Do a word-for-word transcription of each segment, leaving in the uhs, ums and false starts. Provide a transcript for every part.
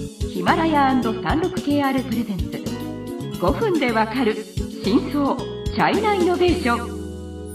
ヒマラヤ &さんじゅうろくケーアール プレゼンツごふんでわかる真相チャイナイノベーション。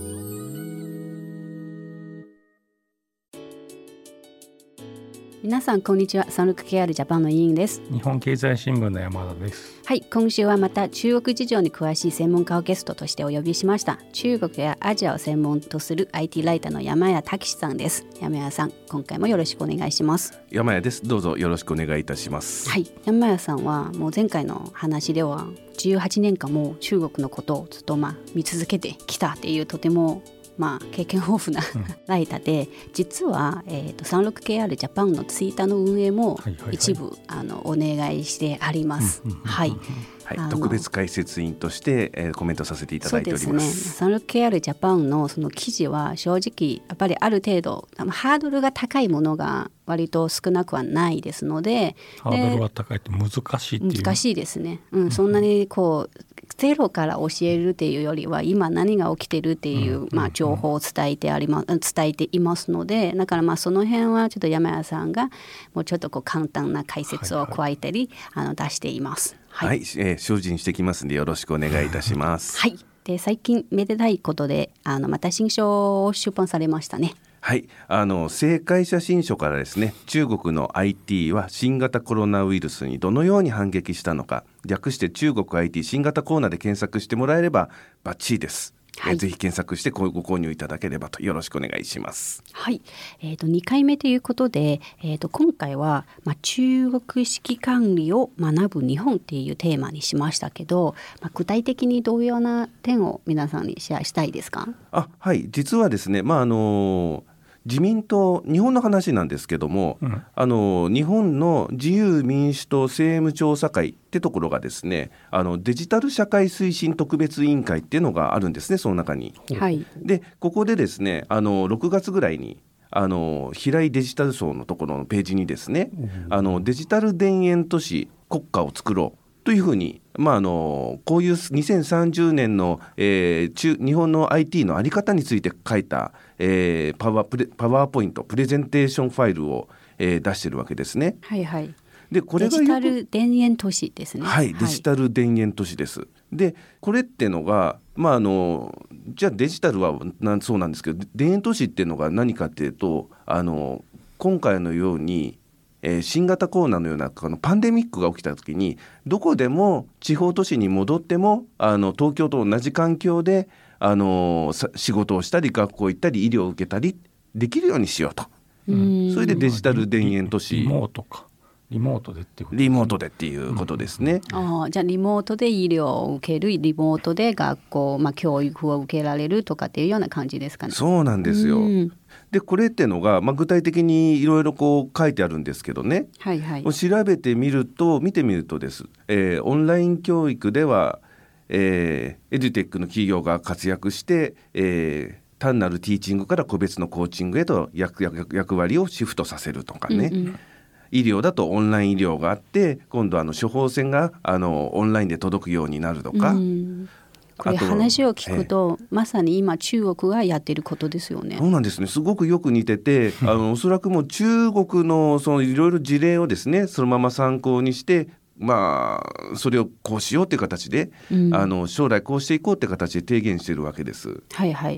皆さんこんにちは。さんじゅうろくケーアール ジャパンの委員です。 日本経済新聞の山田です。 はい、今週はまた中国事情に詳しい専門家をゲストとしてお呼びしました。中国やアジアを専門とする アイティー ライターの山谷武史さんです。山谷さん、今回もよろしくお願いします。 山谷です。どうぞよろしくお願いいたします。 はい、山谷さんはもう前回の話ではじゅうはちねんかんも中国のことをずっとまあ見続けてきたっていうとてもまあ、経験豊富な、うん、ライターで、実は、えーと、さんじゅうろくケーアール ジャパンのツイッターの運営も一部、はいはいはい、あのお願いしてあります。はい、 はい、特別解説員として、えー、コメントさせていただいております。 そうですね、さんじゅうろくケーアール ジャパンのその記事は正直やっぱりある程度ハードルが高いものが割と少なくはないですので、 ハードルが高いって難しいっていう。 難しいですね、うん、そんなにこうゼロから教えるっていうよりは今何が起きてるっていう、まあ、情報を伝えてありま、伝えていますので、だからまあその辺はちょっと山谷さんがもうちょっとこう簡単な解説を加えたり、はいはい、あの出しています。 はい、はい、えー、精進してきますのでよろしくお願いいたします。 はい、で最近めでたいことであのまた新書を出版されましたね。 はい、あの正解写真書からですね、中国の アイティー は新型コロナウイルスにどのように反撃したのか、略して中国 アイティー 新型コロナで検索してもらえればバッチリです。はい、ぜひ検索してご購入いただければとよろしくお願いします。 はい、えー、とにかいめということで、えー、と今回は、まあ、中国式管理を学ぶ日本っていうテーマにしましたけど、まあ、具体的にどういうような点を皆さんにシェアしたいですか？ あ、はい、実はですね、まああの自民党、日本の話なんですけども、うん、あの日本の自由民主党政務調査会ってところがですね、あのデジタル社会推進特別委員会っていうのがあるんですね、その中に。 はい、 でここでですね、あのろくがつぐらいにあの平井デジタル省のところのページにですね、うん、あのデジタル田園都市国家を作ろうというふうに、まあ、あのこういうにせんさんじゅうねんの、えー、中日本の アイティー の在り方について書いた、えー、パワープレ、パワーポイントプレゼンテーションファイルを、えー、出してるわけですね。 はいはい。 でこれがデジタル田園都市ですね。 はい、デジタル田園都市です。でこれってのが、まあ、あのじゃあデジタルはなんそうなんですけど、田園都市っていうのが何かっていうと、あの今回のようにえー、新型コロナのようなこのパンデミックが起きた時にどこでも地方都市に戻ってもあの東京と同じ環境であの仕事をしたり学校行ったり医療を受けたりできるようにしようと。うん、それでデジタル田園都市、 リモートかリモートでっていうことですね。 リモートでっていうことですね。 うん、あじゃあリモートで医療を受ける、リモートで学校、まあ、教育を受けられるとかっていうような感じですかね。 そうなんですよ。うんでこれってのが、まあ、具体的にいろいろこう書いてあるんですけどね、 はいはい、 調べてみると見てみるとです、えー、オンライン教育では、えー、エデュテックの企業が活躍して、えー、単なるティーチングから個別のコーチングへと 役, 役, 役割をシフトさせるとかね、うんうん、医療だとオンライン医療があって今度あの処方箋があのオンラインで届くようになるとか、うんこれ話を聞くと、ええ、まさに今中国がやっていることですよね。 そうなんですね。すごくよく似ててあのおそらくもう中国のそのいろいろ事例をですねそのまま参考にしてまあそれをこうしようという形で、うん、あの将来こうしていこうという形で提言しているわけです。 はいはい。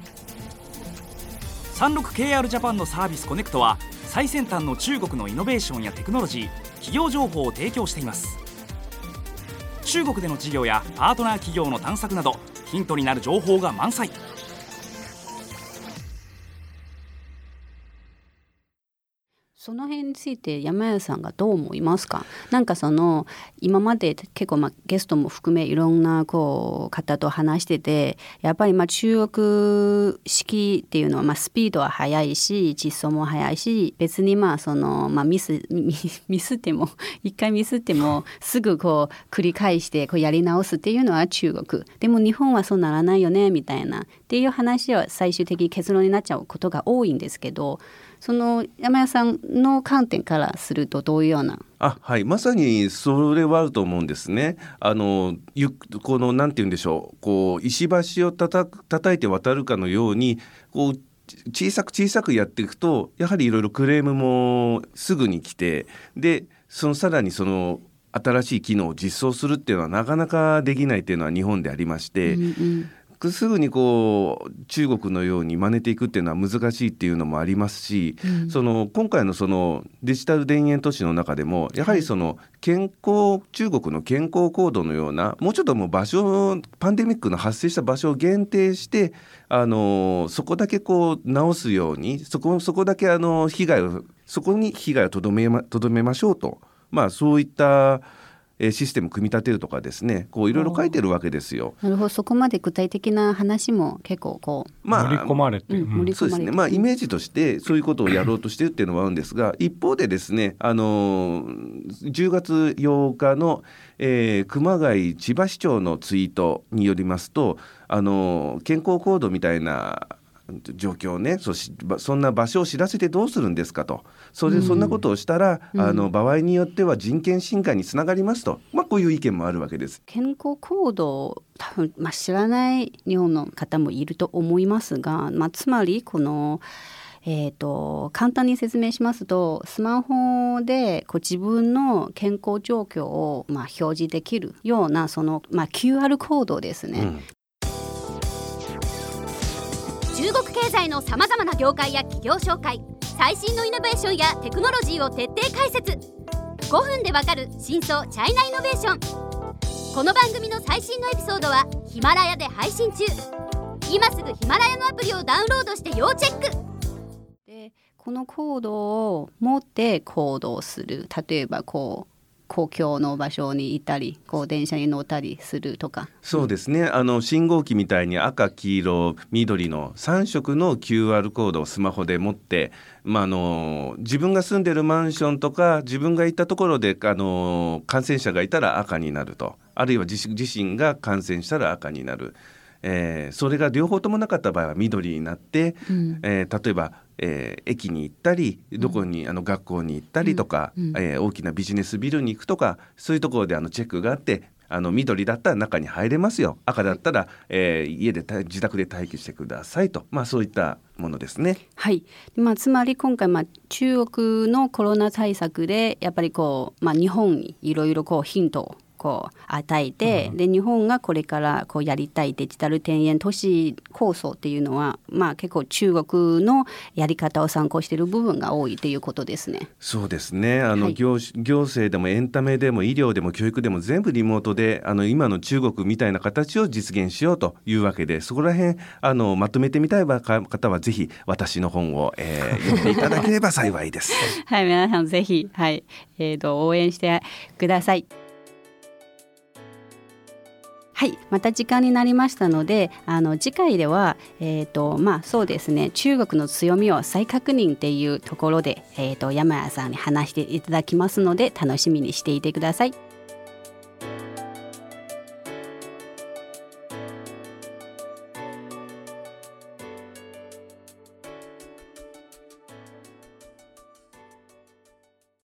さんじゅうろくケーアール ジャパンのサービスコネクトは最先端の中国のイノベーションやテクノロジー、企業情報を提供しています。中国での事業やパートナー企業の探索などヒントになる情報が満載。 その辺について山谷さんがどう思いますか？なんかその今まで結構まあゲストも含めいろんなこう方と話してて、やっぱりまあ中国式っていうのはまあスピードは速いし実装も速いし、別にまあそのまあミスミスっても一回ミスってもすぐこう繰り返してこうやり直すっていうのは中国でも日本はそうならないよねみたいなっていう話は最終的に結論になっちゃうことが多いんですけど、その山谷さんの観点からするとどういうような。 あ、はい、まさにそれはあると思うんですね。あのゆこのなんて言うんでしょう、こう石橋をたた叩いて渡るかのようにこう小さく小さくやっていくとやはりいろいろクレームもすぐに来て、でそのさらにその新しい機能を実装するっていうのはなかなかできないっていうのは日本でありまして、うんうん、すぐにこう中国のように真似ていくっていうのは難しいっていうのもありますし、うん、その今回のそのデジタル田園都市の中でもやはりその健康、中国の健康コードのようなもうちょっともう場所、パンデミックの発生した場所を限定してあのそこだけこう直すように、そこ、そこだけあの被害をそこに被害をとどめま、とどめましょうと、まあ、そういったシステム組み立てるとかですね、こういろいろ書いてるわけですよ。 なるほど、そこまで具体的な話も結構こう、 まあ、盛り込まれて、 うん、 そうですね、まあ、イメージとしてそういうことをやろうとしてるっていうのはあるんですが、一方でですね、あのじゅうがつようかの、えー、熊谷千葉市長のツイートによりますと、あの健康コードみたいな状況ね、 そ, しそんな場所を知らせてどうするんですかと、それでそんなことをしたら、うん、あの場合によっては人権侵害につながりますと、まあ、こういう意見もあるわけです。 健康コード多分、まあ、知らない日本の方もいると思いますが、まあ、つまりこのえー、と簡単に説明しますと、スマホでこう自分の健康状況をまあ表示できるようなその、まあ、キューアール コードですね、うん、 中国経済のさまざまな業界や企業紹介、最新のイノベーションやテクノロジーを徹底解説。ごふんでわかる真相チャイナイノベーション。この番組の最新のエピソードはヒマラヤで配信中。今すぐヒマラヤのアプリをダウンロードして要チェック。 でこのコードを持って行動する、例えばこう公共の場所に行ったり、こう電車に乗ったりするとか。 そうですね、あの信号機みたいに赤、黄色、緑のさん色の キューアール コードをスマホで持って、まあ、あの自分が住んでるマンションとか自分が行ったところであの感染者がいたら赤になると、あるいは自, 自身が感染したら赤になる、えー、それが両方ともなかった場合は緑になって、うんえー、例えばえー、駅に行ったりどこに、うん、あの学校に行ったりとか、うんうんえー、大きなビジネスビルに行くとか、そういうところであのチェックがあって、あの緑だったら中に入れますよ、赤だったら、えー、家で自宅で待機してくださいと、まあ、そういったものですね。 はい、まあ、つまり今回、まあ、中国のコロナ対策でやっぱりこう、まあ、日本にいろいろこうヒントをこう与えて、うん、で日本がこれからこうやりたいデジタル田園都市構想っていうのは、まあ、結構中国のやり方を参考している部分が多いということですね。 そうですね、あの、 はい、 行, 行政でもエンタメでも医療でも教育でも全部リモートで、あの今の中国みたいな形を実現しようというわけで、そこら辺あのまとめてみたい方はぜひ私の本を、えー、読んでいただければ幸いですはい、皆さんぜひ、はいえー、と応援してください。はい、また時間になりましたので、あの次回では、えーとまあ、そうですね、中国の強みを再確認っていうところで、えーと山谷さんに話していただきますので楽しみにしていてください。